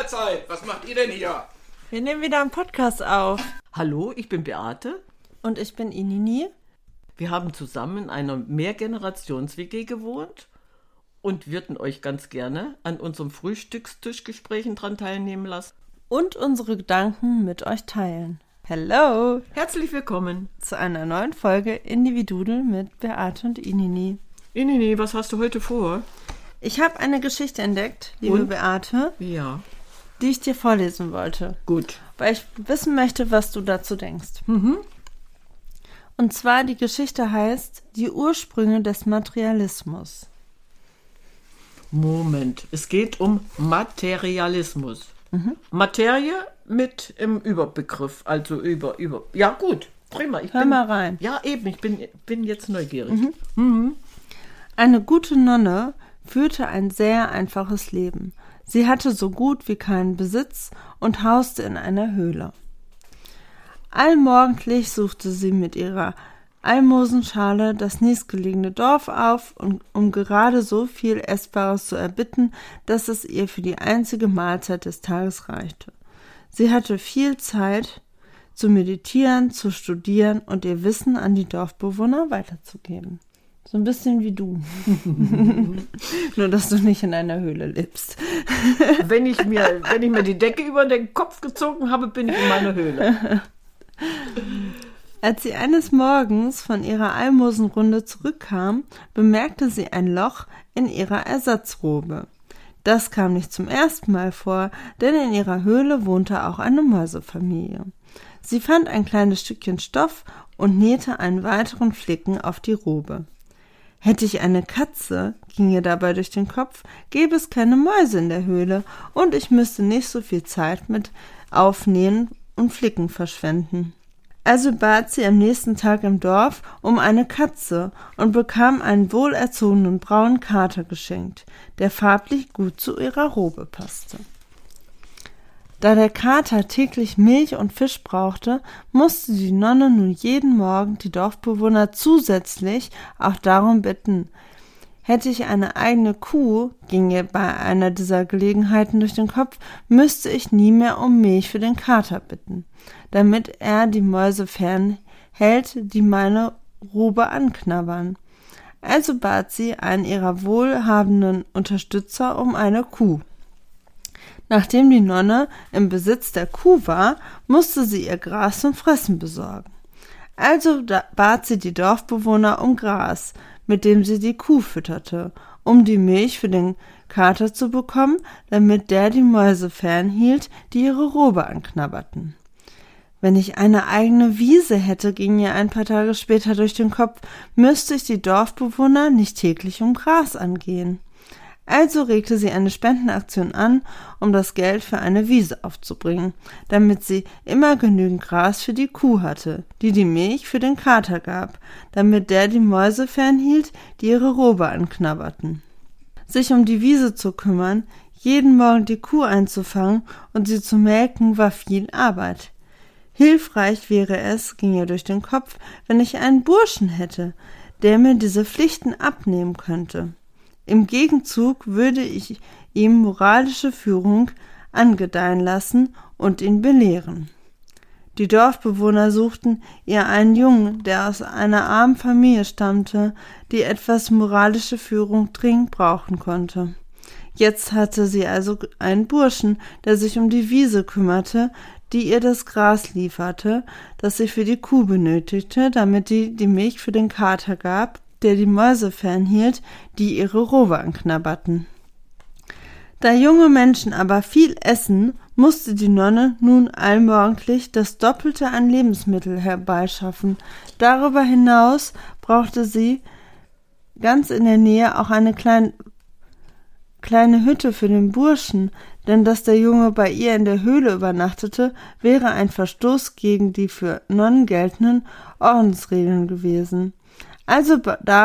Mahlzeit! Was macht ihr denn hier? Wir nehmen wieder einen Podcast auf. Hallo, ich bin Beate. Und ich bin Inini. Wir haben zusammen in einer Mehrgenerations-WG gewohnt und würden euch ganz gerne an unserem Frühstückstischgesprächen dran teilnehmen lassen. Und unsere Gedanken mit euch teilen. Hello! Herzlich willkommen Zu einer neuen Folge Individudel mit Beate und Inini. Inini, was hast du heute vor? Ich habe eine Geschichte entdeckt, liebe Und? Beate, Ja, die ich dir vorlesen wollte. gut. Weil ich wissen möchte, was du dazu denkst. Und zwar, die Geschichte heißt Die Ursprünge des Materialismus. Moment, es geht um Materialismus. Materie mit im Überbegriff, also über. Ja gut, prima. Hör mal rein. Ja eben, ich bin jetzt neugierig. Eine gute Nonne führte ein sehr einfaches Leben. Sie hatte so gut wie keinen Besitz und hauste in einer Höhle. Allmorgendlich suchte sie mit ihrer Almosenschale das nächstgelegene Dorf auf, um gerade so viel Essbares zu erbitten, dass es ihr für die einzige Mahlzeit des Tages reichte. Sie hatte viel Zeit zu meditieren, zu studieren und ihr Wissen an die Dorfbewohner weiterzugeben. So ein bisschen wie du. Nur, dass du nicht in einer Höhle lebst. Wenn ich mir die Decke über den Kopf gezogen habe, bin ich in meiner Höhle. Als sie eines Morgens von ihrer Almosenrunde zurückkam, bemerkte sie ein Loch in ihrer Ersatzrobe. Das kam nicht zum ersten Mal vor, denn in ihrer Höhle wohnte auch eine Mäusefamilie. Sie fand ein kleines Stückchen Stoff und nähte einen weiteren Flicken auf die Robe. Hätte ich eine Katze, ging ihr dabei durch den Kopf, gäbe es keine Mäuse in der Höhle und ich müsste nicht so viel Zeit mit Aufnähen und Flicken verschwenden. Also bat sie am nächsten Tag im Dorf um eine Katze und bekam einen wohlerzogenen braunen Kater geschenkt, der farblich gut zu ihrer Robe passte. Da der Kater täglich Milch und Fisch brauchte, musste die Nonne nun jeden Morgen die Dorfbewohner zusätzlich auch darum bitten. Hätte ich eine eigene Kuh, ging ihr bei einer dieser Gelegenheiten durch den Kopf, müsste ich nie mehr um Milch für den Kater bitten, damit er die Mäuse fernhält, die meine Robe anknabbern. Also bat sie einen ihrer wohlhabenden Unterstützer um eine Kuh. Nachdem die Nonne im Besitz der Kuh war, musste sie ihr Gras zum Fressen besorgen. Also bat sie die Dorfbewohner um Gras, mit dem sie die Kuh fütterte, um die Milch für den Kater zu bekommen, damit der die Mäuse fernhielt, die ihre Robe anknabberten. Wenn ich eine eigene Wiese hätte, ging ihr ein paar Tage später durch den Kopf, müsste ich die Dorfbewohner nicht täglich um Gras angehen. Also regte sie eine Spendenaktion an, um das Geld für eine Wiese aufzubringen, damit sie immer genügend Gras für die Kuh hatte, die die Milch für den Kater gab, damit der die Mäuse fernhielt, die ihre Robe anknabberten. Sich um die Wiese zu kümmern, jeden Morgen die Kuh einzufangen und sie zu melken, war viel Arbeit. Hilfreich wäre es, ging ihr durch den Kopf, wenn ich einen Burschen hätte, der mir diese Pflichten abnehmen könnte. Im Gegenzug würde ich ihm moralische Führung angedeihen lassen und ihn belehren. Die Dorfbewohner suchten ihr einen Jungen, der aus einer armen Familie stammte, die etwas moralische Führung dringend brauchen konnte. Jetzt hatte sie also einen Burschen, der sich um die Wiese kümmerte, die ihr das Gras lieferte, das sie für die Kuh benötigte, damit die Milch für den Kater gab, der die Mäuse fernhielt, die ihre Robe anknabberten. Da junge Menschen aber viel essen, musste die Nonne nun allmorgendlich das Doppelte an Lebensmittel herbeischaffen. Darüber hinaus brauchte sie ganz in der Nähe auch eine kleine Hütte für den Burschen, denn dass der Junge bei ihr in der Höhle übernachtete, wäre ein Verstoß gegen die für Nonnen geltenden Ordensregeln gewesen. Also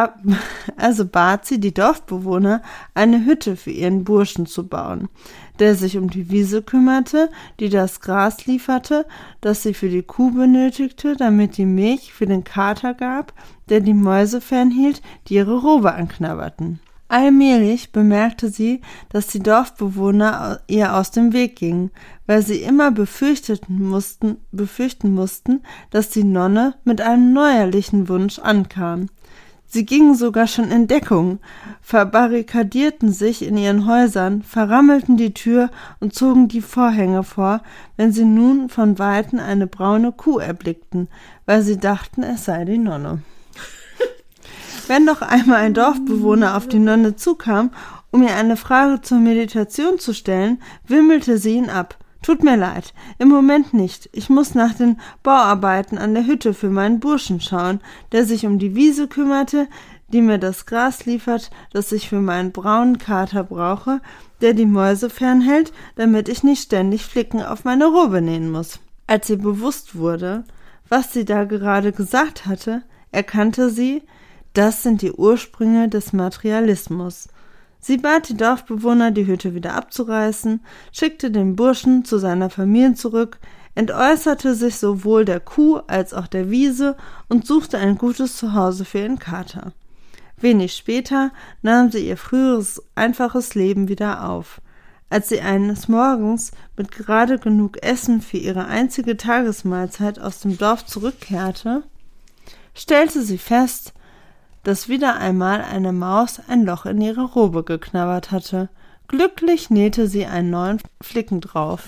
bat sie die Dorfbewohner, eine Hütte für ihren Burschen zu bauen, der sich um die Wiese kümmerte, die das Gras lieferte, das sie für die Kuh benötigte, damit die Milch für den Kater gab, der die Mäuse fernhielt, die ihre Robe anknabberten. Allmählich bemerkte sie, dass die Dorfbewohner ihr aus dem Weg gingen, weil sie immer befürchten mussten, dass die Nonne mit einem neuerlichen Wunsch ankam. Sie gingen sogar schon in Deckung, verbarrikadierten sich in ihren Häusern, verrammelten die Tür und zogen die Vorhänge vor, wenn sie nun von Weitem eine braune Kuh erblickten, weil sie dachten, es sei die Nonne. Wenn noch einmal ein Dorfbewohner auf die Nonne zukam, um ihr eine Frage zur Meditation zu stellen, wimmelte sie ihn ab. »Tut mir leid, im Moment nicht. Ich muss nach den Bauarbeiten an der Hütte für meinen Burschen schauen, der sich um die Wiese kümmerte, die mir das Gras liefert, das ich für meinen braunen Kater brauche, der die Mäuse fernhält, damit ich nicht ständig Flicken auf meine Robe nähen muss.« Als ihr bewusst wurde, was sie da gerade gesagt hatte, erkannte sie, das sind die Ursprünge des Materialismus. Sie bat die Dorfbewohner, die Hütte wieder abzureißen, schickte den Burschen zu seiner Familie zurück, entäußerte sich sowohl der Kuh als auch der Wiese und suchte ein gutes Zuhause für ihren Kater. Wenig später nahm sie ihr früheres, einfaches Leben wieder auf. Als sie eines Morgens mit gerade genug Essen für ihre einzige Tagesmahlzeit aus dem Dorf zurückkehrte, stellte sie fest, dass wieder einmal eine Maus ein Loch in ihre Robe geknabbert hatte. Glücklich nähte sie einen neuen Flicken drauf.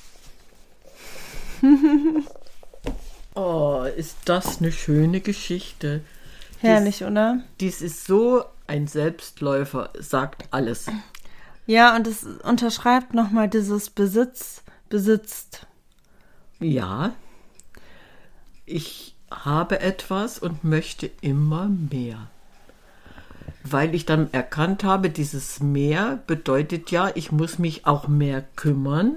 Oh, ist das eine schöne Geschichte. Herrlich, oder? Dies ist so ein Selbstläufer, sagt alles. Ja, und es unterschreibt nochmal dieses besitzt. Ja, ich habe etwas und möchte immer mehr. Weil ich dann erkannt habe, dieses mehr bedeutet ja, ich muss mich auch mehr kümmern.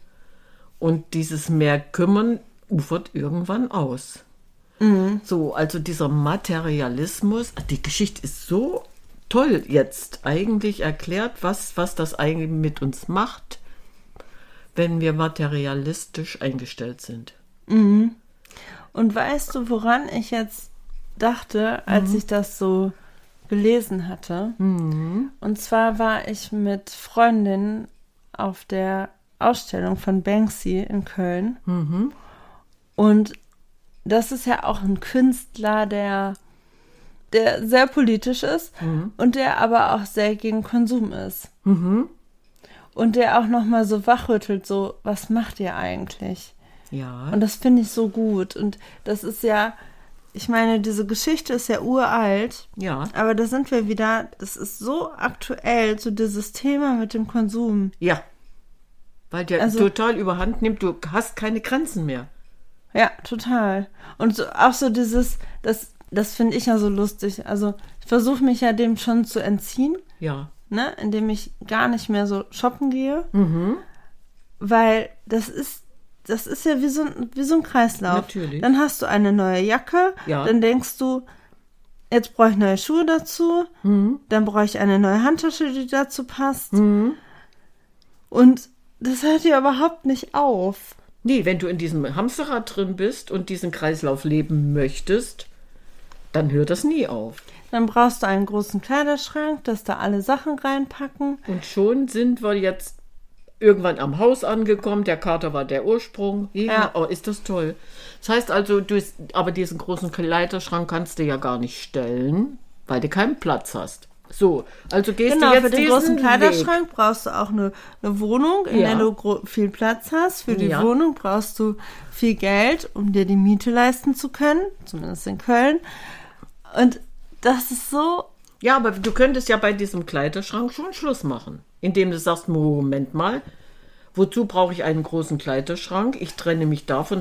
Und dieses mehr kümmern ufert irgendwann aus. Mhm. So, also dieser Materialismus, die Geschichte ist so toll jetzt eigentlich erklärt, was das eigentlich mit uns macht, wenn wir materialistisch eingestellt sind. Mhm. Und weißt du, woran ich jetzt dachte, als ich das so gelesen hatte? Mhm. Und zwar war ich mit Freundinnen auf der Ausstellung von Banksy in Köln. Mhm. Und das ist ja auch ein Künstler, der sehr politisch ist und der aber auch sehr gegen Konsum ist. Mhm. Und der auch nochmal so wachrüttelt, so, was macht ihr eigentlich? Ja. Und das finde ich so gut. Und das ist ja, ich meine, diese Geschichte ist ja uralt. Ja. Aber da sind wir wieder, das ist so aktuell, so dieses Thema mit dem Konsum. Ja. Weil der total überhand nimmt, du hast keine Grenzen mehr. Ja, total. Und so, auch so dieses, das finde ich ja so lustig. Also ich versuche mich ja dem schon zu entziehen. Ja. Ne, indem ich gar nicht mehr so shoppen gehe. Mhm. Weil das ist ja wie so ein Kreislauf. Natürlich. Dann hast du eine neue Jacke, dann denkst du, jetzt brauche ich neue Schuhe dazu, dann brauche ich eine neue Handtasche, die dazu passt. Mhm. Und das hört ja überhaupt nicht auf. Nee, wenn du in diesem Hamsterrad drin bist und diesen Kreislauf leben möchtest, dann hört das nie auf. Dann brauchst du einen großen Kleiderschrank, dass da alle Sachen reinpacken. Und schon sind wir jetzt irgendwann am Haus angekommen. Der Kater war der Ursprung. Ja. Oh, ist das toll. Das heißt also, aber diesen großen Kleiderschrank kannst du ja gar nicht stellen, weil du keinen Platz hast. So, also gehst du jetzt für den großen Weg. Kleiderschrank brauchst du auch eine Wohnung, in der du viel Platz hast. Für die Wohnung brauchst du viel Geld, um dir die Miete leisten zu können, zumindest in Köln. Und das ist so... Ja, aber du könntest ja bei diesem Kleiderschrank schon Schluss machen, indem du sagst, Moment mal, wozu brauche ich einen großen Kleiderschrank? Ich trenne mich davon.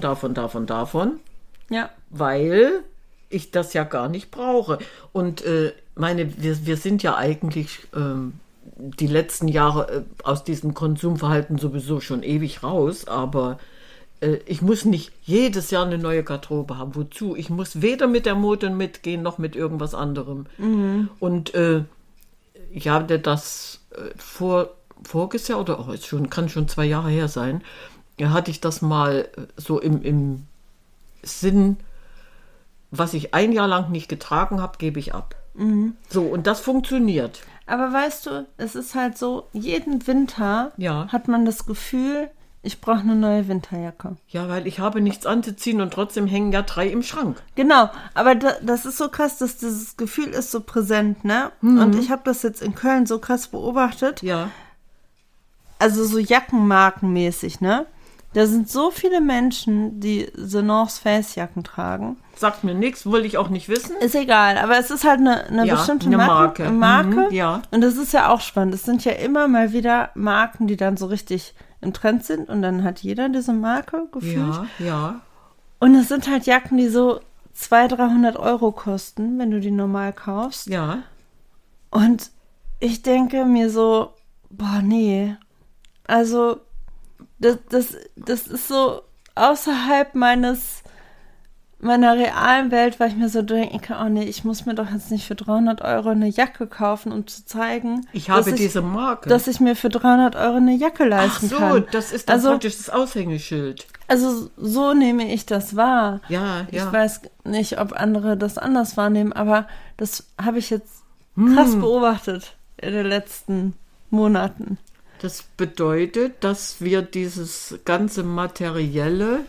Ja. Weil ich das ja gar nicht brauche. Und wir sind ja eigentlich die letzten Jahre aus diesem Konsumverhalten sowieso schon ewig raus, aber ich muss nicht jedes Jahr eine neue Garderobe haben. Wozu? Ich muss weder mit der Mode mitgehen, noch mit irgendwas anderem. Mhm. Und ich habe das voriges Jahr, oder kann schon 2 Jahre her sein, hatte ich das mal so im Sinn, was ich 1 Jahr lang nicht getragen habe, gebe ich ab. So, und das funktioniert. Aber weißt du, es ist halt so, jeden Winter Ja. hat man das Gefühl, ich brauche eine neue Winterjacke. Ja, weil ich habe nichts anzuziehen und trotzdem hängen ja 3 im Schrank. Genau, aber das ist so krass, dass dieses Gefühl ist so präsent, ne? Und ich habe das jetzt in Köln so krass beobachtet. Ja. Also so Jackenmarkenmäßig, ne? Da sind so viele Menschen, die The North Face Jacken tragen. Sagt mir nichts, wollte ich auch nicht wissen. Ist egal, aber es ist halt eine Ja, bestimmte eine Marke. Marke. Ja. Und das ist ja auch spannend. Es sind ja immer mal wieder Marken, die dann so richtig im Trend sind. Und dann hat jeder diese Marke gefühlt. Ja. Und es sind halt Jacken, die so 200-300 Euro kosten, wenn du die normal kaufst. Ja. Und ich denke mir so, boah, nee. Also, das ist so außerhalb meiner realen Welt, weil ich mir so denke, oh nee, ich muss mir doch jetzt nicht für 300 Euro eine Jacke kaufen, um zu zeigen, Ich habe diese Marke. dass ich mir für 300 Euro eine Jacke leisten Ach so, kann. das ist dann Also- praktisch das Aushängeschild. Also so nehme ich das wahr. Ja. Ich weiß nicht, ob andere das anders wahrnehmen, aber das habe ich jetzt krass beobachtet in den letzten Monaten. Das bedeutet, dass wir dieses ganze Materielle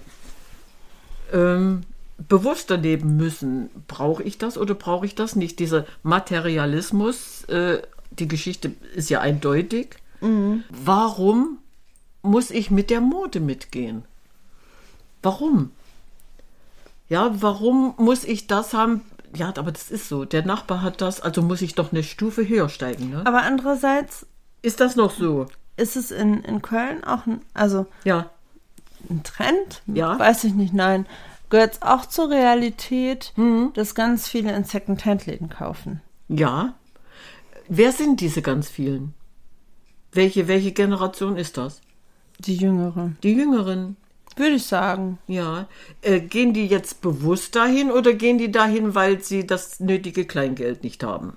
bewusster leben müssen. Brauche ich das oder brauche ich das nicht? Dieser Materialismus, die Geschichte ist ja eindeutig. Warum muss ich mit der Mode mitgehen? Warum? Ja, warum muss ich das haben? Ja, aber das ist so. Der Nachbar hat das, also muss ich doch eine Stufe höher steigen. Ne? Aber andererseits Ist das noch so? ist es in Köln auch Ja. ein Trend? Ja. Weiß ich nicht, nein. Gehört es auch zur Realität, dass ganz viele in Second-Hand-Läden kaufen. Ja. Wer sind diese ganz vielen? Welche Generation ist das? Die Jüngere. Die Jüngeren. Würde ich sagen. Ja. Gehen die jetzt bewusst dahin oder gehen die dahin, weil sie das nötige Kleingeld nicht haben?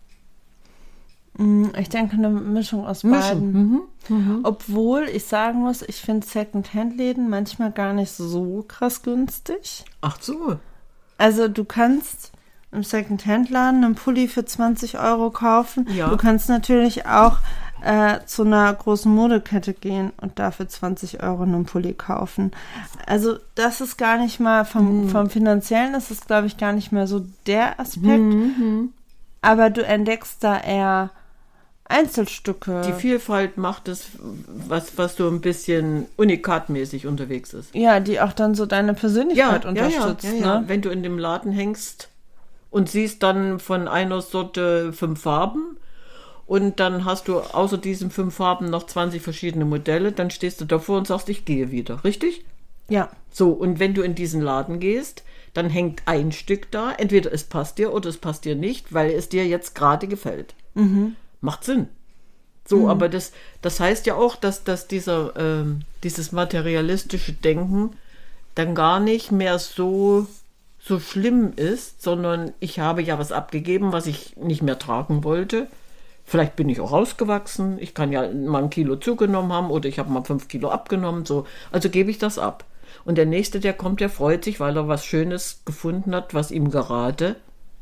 Ich denke, eine Mischung aus beiden. Obwohl ich sagen muss, ich finde Second-Hand-Läden manchmal gar nicht so krass günstig. Ach so. Also du kannst im Second-Hand-Laden einen Pulli für 20 Euro kaufen. Ja. Du kannst natürlich auch zu einer großen Modekette gehen und dafür 20 Euro einen Pulli kaufen. Also das ist gar nicht mal vom Finanziellen, das ist, glaube ich, gar nicht mehr so der Aspekt. Aber du entdeckst da eher Einzelstücke. Die Vielfalt macht es, was so ein bisschen unikatmäßig unterwegs ist. Ja, die auch dann so deine Persönlichkeit unterstützt. Ja. Ne? Wenn du in dem Laden hängst und siehst dann von einer Sorte 5 Farben und dann hast du außer diesen 5 Farben noch 20 verschiedene Modelle, dann stehst du davor und sagst, ich gehe wieder. Richtig? Ja. So, und wenn du in diesen Laden gehst, dann hängt ein Stück da, entweder es passt dir oder es passt dir nicht, weil es dir jetzt gerade gefällt. Macht Sinn. So, aber das heißt ja auch, dass dieses materialistische Denken dann gar nicht mehr so schlimm ist, sondern ich habe ja was abgegeben, was ich nicht mehr tragen wollte. Vielleicht bin ich auch rausgewachsen, ich kann ja mal 1 Kilo zugenommen haben oder ich habe mal 5 Kilo abgenommen, so. Also gebe ich das ab. Und der Nächste, der kommt, der freut sich, weil er was Schönes gefunden hat, was ihm gerade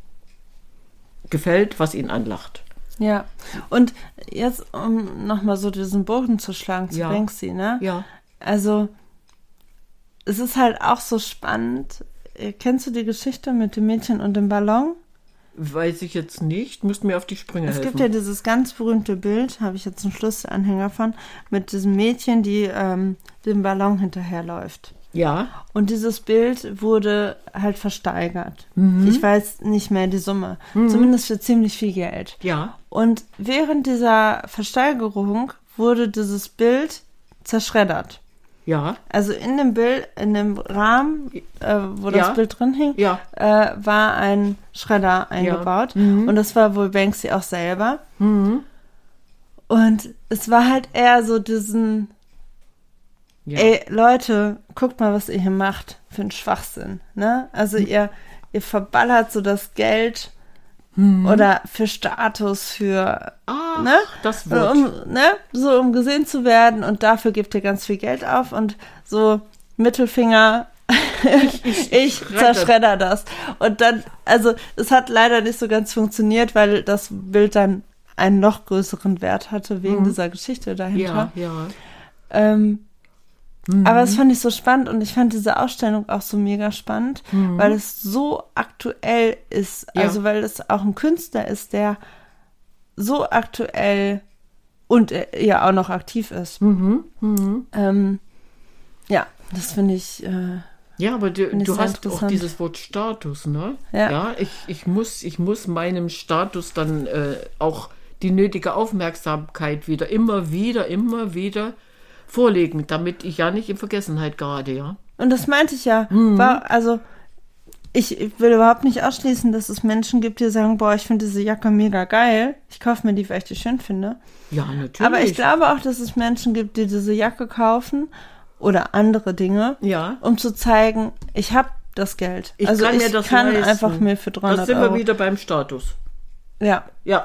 gefällt, was ihn anlacht. Ja. Und jetzt, um nochmal so diesen Bogen zu schlagen zu Banksy, ne? Ja. Also, es ist halt auch so spannend. Kennst du die Geschichte mit dem Mädchen und dem Ballon? Weiß ich jetzt nicht, müsst mir auf die Sprünge helfen. Es gibt ja dieses ganz berühmte Bild, habe ich jetzt einen Schlüsselanhänger von, mit diesem Mädchen, die dem Ballon hinterherläuft. Ja. Und dieses Bild wurde halt versteigert. Ich weiß nicht mehr die Summe. Zumindest für ziemlich viel Geld. Ja. Und während dieser Versteigerung wurde dieses Bild zerschreddert. Ja. Also in dem Bild, in dem Rahmen, wo das Bild drin hing, war ein Schredder eingebaut. Und das war wohl Banksy auch selber. Und es war halt eher so diesen, ey, Leute, guckt mal, was ihr hier macht für einen Schwachsinn. Ne? Also ihr verballert so das Geld oder für Status, für das Wort. Um gesehen zu werden und dafür gebt ihr ganz viel Geld auf und so Mittelfinger Ich zerschredder das. Und dann, also es hat leider nicht so ganz funktioniert, weil das Bild dann einen noch größeren Wert hatte wegen dieser Geschichte dahinter. Ja. Aber das fand ich so spannend und ich fand diese Ausstellung auch so mega spannend, weil es so aktuell ist. Ja. Also weil es auch ein Künstler ist, der so aktuell und ja auch noch aktiv ist. Ja, das finde ich. Ja, aber du sehr hast auch interessant. dieses Wort Status, ne? Ja. Ich muss meinem Status dann auch die nötige Aufmerksamkeit immer wieder vorlegen, damit ich ja nicht in Vergessenheit gerate, ja. Und das meinte ich ja. Also ich will überhaupt nicht ausschließen, dass es Menschen gibt, die sagen, boah, ich finde diese Jacke mega geil. Ich kaufe mir die, weil ich die schön finde. Ja, natürlich. Aber ich glaube auch, dass es Menschen gibt, die diese Jacke kaufen oder andere Dinge, Ja. um zu zeigen, ich habe das Geld. Ich also kann ich mir das kann leisten. einfach mir für 300 Da sind Euro. wir wieder beim Status. Ja, Ja.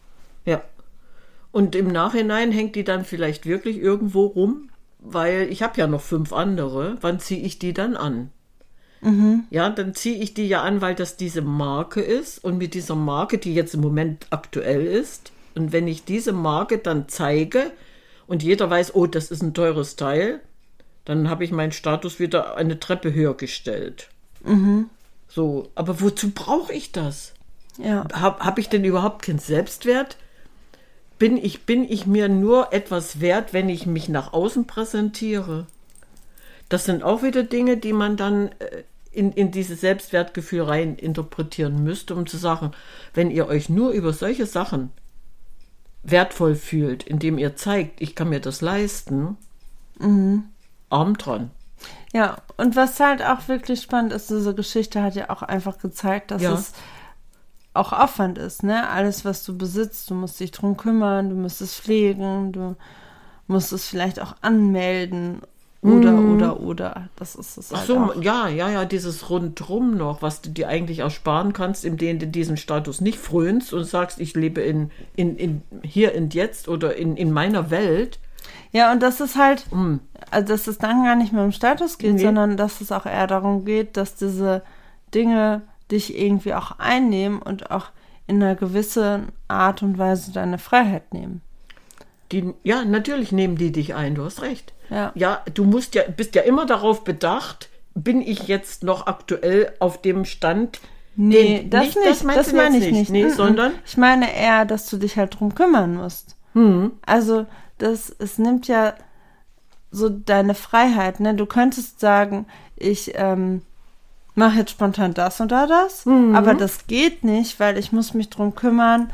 Und im Nachhinein hängt die dann vielleicht wirklich irgendwo rum, weil ich habe ja noch 5 andere. Wann ziehe ich die dann an? Ja, dann ziehe ich die ja an, weil das diese Marke ist und mit dieser Marke, die jetzt im Moment aktuell ist, und wenn ich diese Marke dann zeige und jeder weiß, oh, das ist ein teures Teil, dann habe ich meinen Status wieder eine Treppe höher gestellt. So, aber wozu brauche ich das? ja. Hab ich denn überhaupt keinen Selbstwert? Bin ich mir nur etwas wert, wenn ich mich nach außen präsentiere? Das sind auch wieder Dinge, die man dann in dieses Selbstwertgefühl rein interpretieren müsste, um zu sagen, wenn ihr euch nur über solche Sachen wertvoll fühlt, indem ihr zeigt, ich kann mir das leisten, Arm dran. Ja, und was halt auch wirklich spannend ist, diese Geschichte hat ja auch einfach gezeigt, dass Ja. es auch Aufwand ist, ne? Alles, was du besitzt, du musst dich drum kümmern, du musst es pflegen, du musst es vielleicht auch anmelden oder. Das ist es Ach halt so, auch. ja, dieses Rundrum noch, was du dir eigentlich ersparen kannst, indem du diesen Status nicht frönst und sagst, ich lebe in hier und jetzt oder in meiner Welt. Ja, und das ist halt, also dass es dann gar nicht mehr um Status geht, Nee. sondern dass es auch eher darum geht, dass diese Dinge dich irgendwie auch einnehmen und auch in einer gewissen Art und Weise deine Freiheit nehmen. Ja, natürlich nehmen die dich ein, du hast recht. Ja. Ja, bist ja immer darauf bedacht, bin ich jetzt noch aktuell auf dem Stand? Nee, das nicht. meinst Das du meine jetzt ich nicht. Nee, sondern Ich meine eher, dass du dich halt drum kümmern musst. Also, es nimmt ja so deine Freiheit, ne? Du könntest sagen, ich mache jetzt spontan das und das, aber das geht nicht, weil ich muss mich drum kümmern,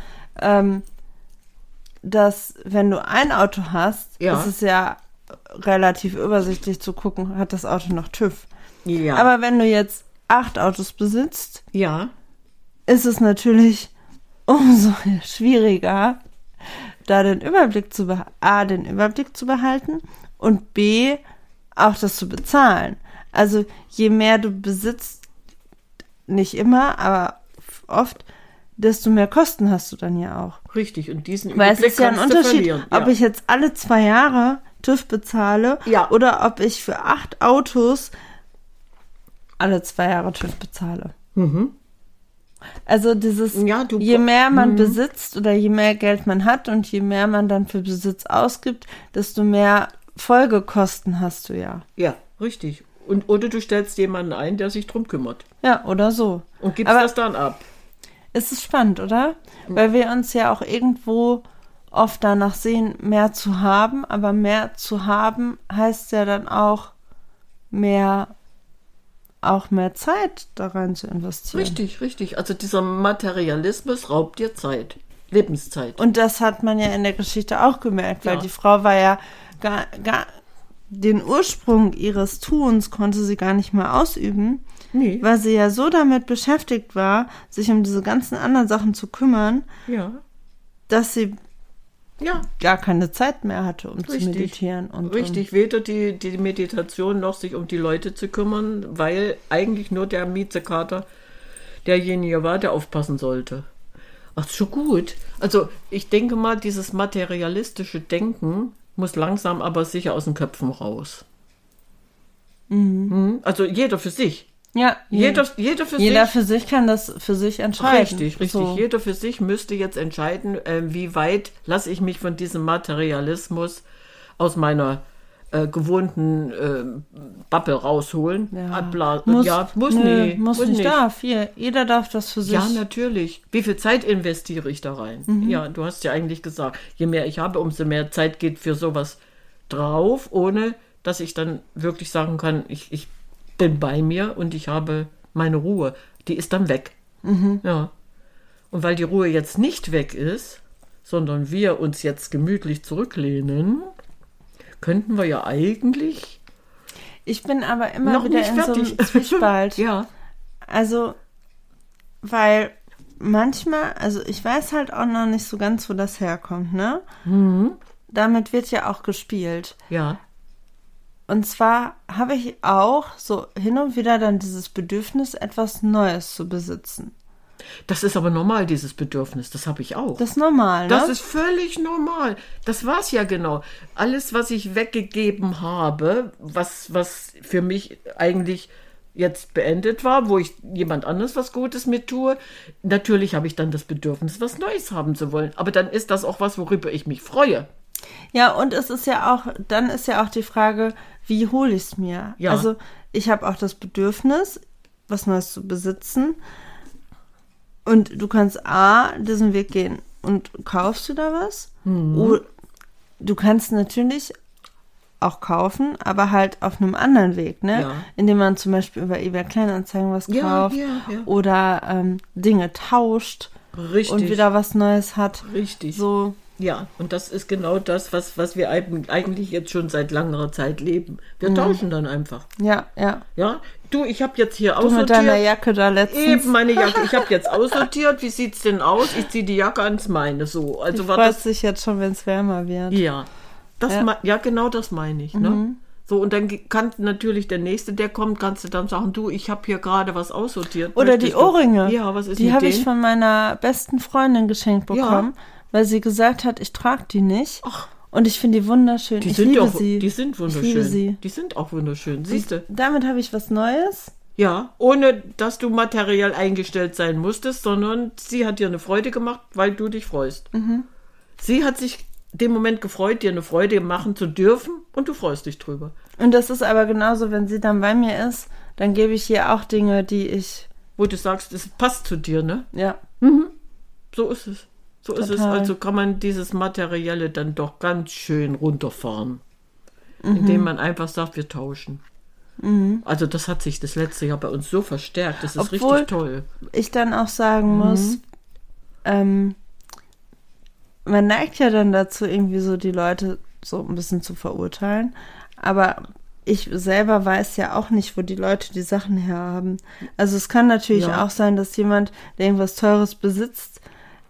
dass wenn du ein Auto hast, Ja. ist es ja relativ übersichtlich zu gucken, hat das Auto noch TÜV. ja, Aber wenn du jetzt 8 Autos besitzt, ja, ist es natürlich umso schwieriger, da den Überblick zu behalten und B, auch das zu bezahlen. Also je mehr du besitzt, nicht immer, aber oft, desto mehr Kosten hast du dann ja auch. richtig. Und diesen Weil es Überblick ist ja ein kannst du Unterschied, verlieren. ob ich jetzt alle 2 Jahre TÜV bezahle Ja. oder ob ich für 8 Autos alle 2 Jahre TÜV bezahle. Also dieses, Ja, je mehr man besitzt oder je mehr Geld man hat und je mehr man dann für Besitz ausgibt, desto mehr Folgekosten hast du ja. Ja, richtig. Oder du stellst jemanden ein, der sich drum kümmert Ja, oder so. und gibst Aber das dann ab. es ist spannend, oder? Weil wir uns ja auch irgendwo oft danach sehen, mehr zu haben, aber mehr zu haben heißt ja dann auch mehr Zeit da rein zu investieren. Richtig. Also dieser Materialismus raubt dir Zeit, Lebenszeit. Und das hat man ja in der Geschichte auch gemerkt, weil Ja. die Frau war ja gar den Ursprung ihres Tuns konnte sie gar nicht mehr ausüben, Nee. weil sie ja so damit beschäftigt war, sich um diese ganzen anderen Sachen zu kümmern, Ja, dass sie ja. gar keine Zeit mehr hatte, um zu Richtig. meditieren. Und Richtig, weder die Meditation noch sich um die Leute zu kümmern, weil eigentlich nur der Miezekater derjenige war, der aufpassen sollte. Ach, schon gut. Also ich denke mal, dieses materialistische Denken muss langsam aber sicher aus den Köpfen raus. Also jeder für sich. Ja, Jeder für jeder sich. für sich kann das für sich entscheiden. Richtig. So. Jeder für sich müsste jetzt entscheiden, wie weit lasse ich mich von diesem Materialismus aus meiner gewohnten Bubble rausholen. Muss nicht. Darf. Jeder darf das für sich. Ja, natürlich. Wie viel Zeit investiere ich da rein? Ja, du hast ja eigentlich gesagt, je mehr ich habe, umso mehr Zeit geht für sowas drauf, ohne dass ich dann wirklich sagen kann, ich bin bei mir und ich habe meine Ruhe. Die ist dann weg. Ja. Und weil die Ruhe jetzt nicht weg ist, sondern wir uns jetzt gemütlich zurücklehnen, könnten wir ja eigentlich Ich bin aber immer noch wieder nicht in so fertig. einem Zwiespalt. Ja. Also, weil manchmal, also ich weiß halt auch noch nicht so ganz, wo das herkommt, ne? Damit wird ja auch gespielt. Ja. Und zwar habe ich auch so hin und wieder dann dieses Bedürfnis, etwas Neues zu besitzen. Das ist aber normal, dieses Bedürfnis. Das habe ich auch. Das ist normal, ne? Das ist völlig normal. Das war's ja genau. Alles, was ich weggegeben habe, was für mich eigentlich jetzt beendet war, wo ich jemand anderes was Gutes mit tue, natürlich habe ich dann das Bedürfnis, was Neues haben zu wollen. Aber dann ist das auch was, worüber ich mich freue. Ja, und es ist ja auch, dann ist ja auch die Frage, wie hole ich es mir? Ja. Also ich habe auch das Bedürfnis, was Neues zu besitzen. Und du kannst diesen Weg gehen und kaufst du da was? Oder du kannst natürlich auch kaufen, aber halt auf einem anderen Weg, ne? Ja. Indem man zum Beispiel über eBay Kleinanzeigen was kauft ja. oder Dinge tauscht Richtig. und wieder was Neues hat. Richtig. So. Ja, und das ist genau das, was wir eigentlich jetzt schon seit langer Zeit leben. Wir tauschen dann einfach. Ja. Ja, du, ich habe jetzt hier Du aussortiert. mit deiner Jacke da letztens. Eben meine Jacke. Ich habe jetzt aussortiert. Wie sieht's denn aus? Ich ziehe die Jacke ans meine. So, also Du war freust das. dich jetzt schon, wenn es wärmer wird. Ja, ja, genau das meine ich. Ne? So, und dann kann natürlich der Nächste, der kommt, kannst du dann sagen, du, ich habe hier gerade was aussortiert. Oder die Ohrringe. Ja, was ist die mit habe ich denen? von meiner besten Freundin geschenkt bekommen, weil sie gesagt hat, ich trage die nicht. Ach. Und ich finde die wunderschön. Die ich sind liebe auch, sie. Die sind wunderschön. Ich liebe sie. Die sind auch wunderschön. Siehst du? Damit habe ich was Neues. Ja, ohne dass du materiell eingestellt sein musstest, sondern sie hat dir eine Freude gemacht, weil du dich freust. Sie hat sich dem Moment gefreut, dir eine Freude machen zu dürfen und du freust dich drüber. Und das ist aber genauso, wenn sie dann bei mir ist, dann gebe ich ihr auch Dinge, die ich... Wo du sagst, es passt zu dir, ne? Ja. So ist es. So ist es. Total. Also kann man dieses Materielle dann doch ganz schön runterfahren. Indem man einfach sagt, wir tauschen. Also das hat sich das letzte Jahr bei uns so verstärkt. Das ist Obwohl richtig toll. ich dann auch sagen muss, man neigt ja dann dazu, irgendwie so die Leute so ein bisschen zu verurteilen. Aber ich selber weiß ja auch nicht, wo die Leute die Sachen herhaben. Also es kann natürlich auch sein, dass jemand, der irgendwas Teures besitzt,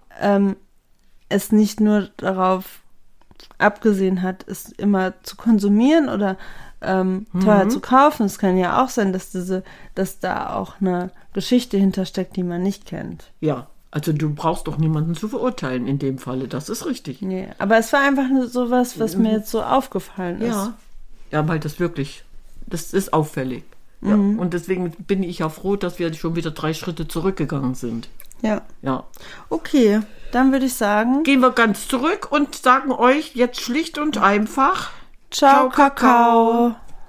es nicht nur darauf abgesehen hat, es immer zu konsumieren oder teuer zu kaufen. Es kann ja auch sein, dass da auch eine Geschichte hintersteckt, die man nicht kennt. Ja, also du brauchst doch niemanden zu verurteilen in dem Falle. Das ist richtig. Nee, aber es war einfach nur sowas, was mir jetzt so aufgefallen ist. Ja, weil das ist auffällig. Ja, und deswegen bin ich ja froh, dass wir schon wieder 3 Schritte zurückgegangen sind. Ja. Ja. Okay, dann würde ich sagen, Gehen wir ganz zurück und sagen euch jetzt schlicht und einfach ciao, Kakao.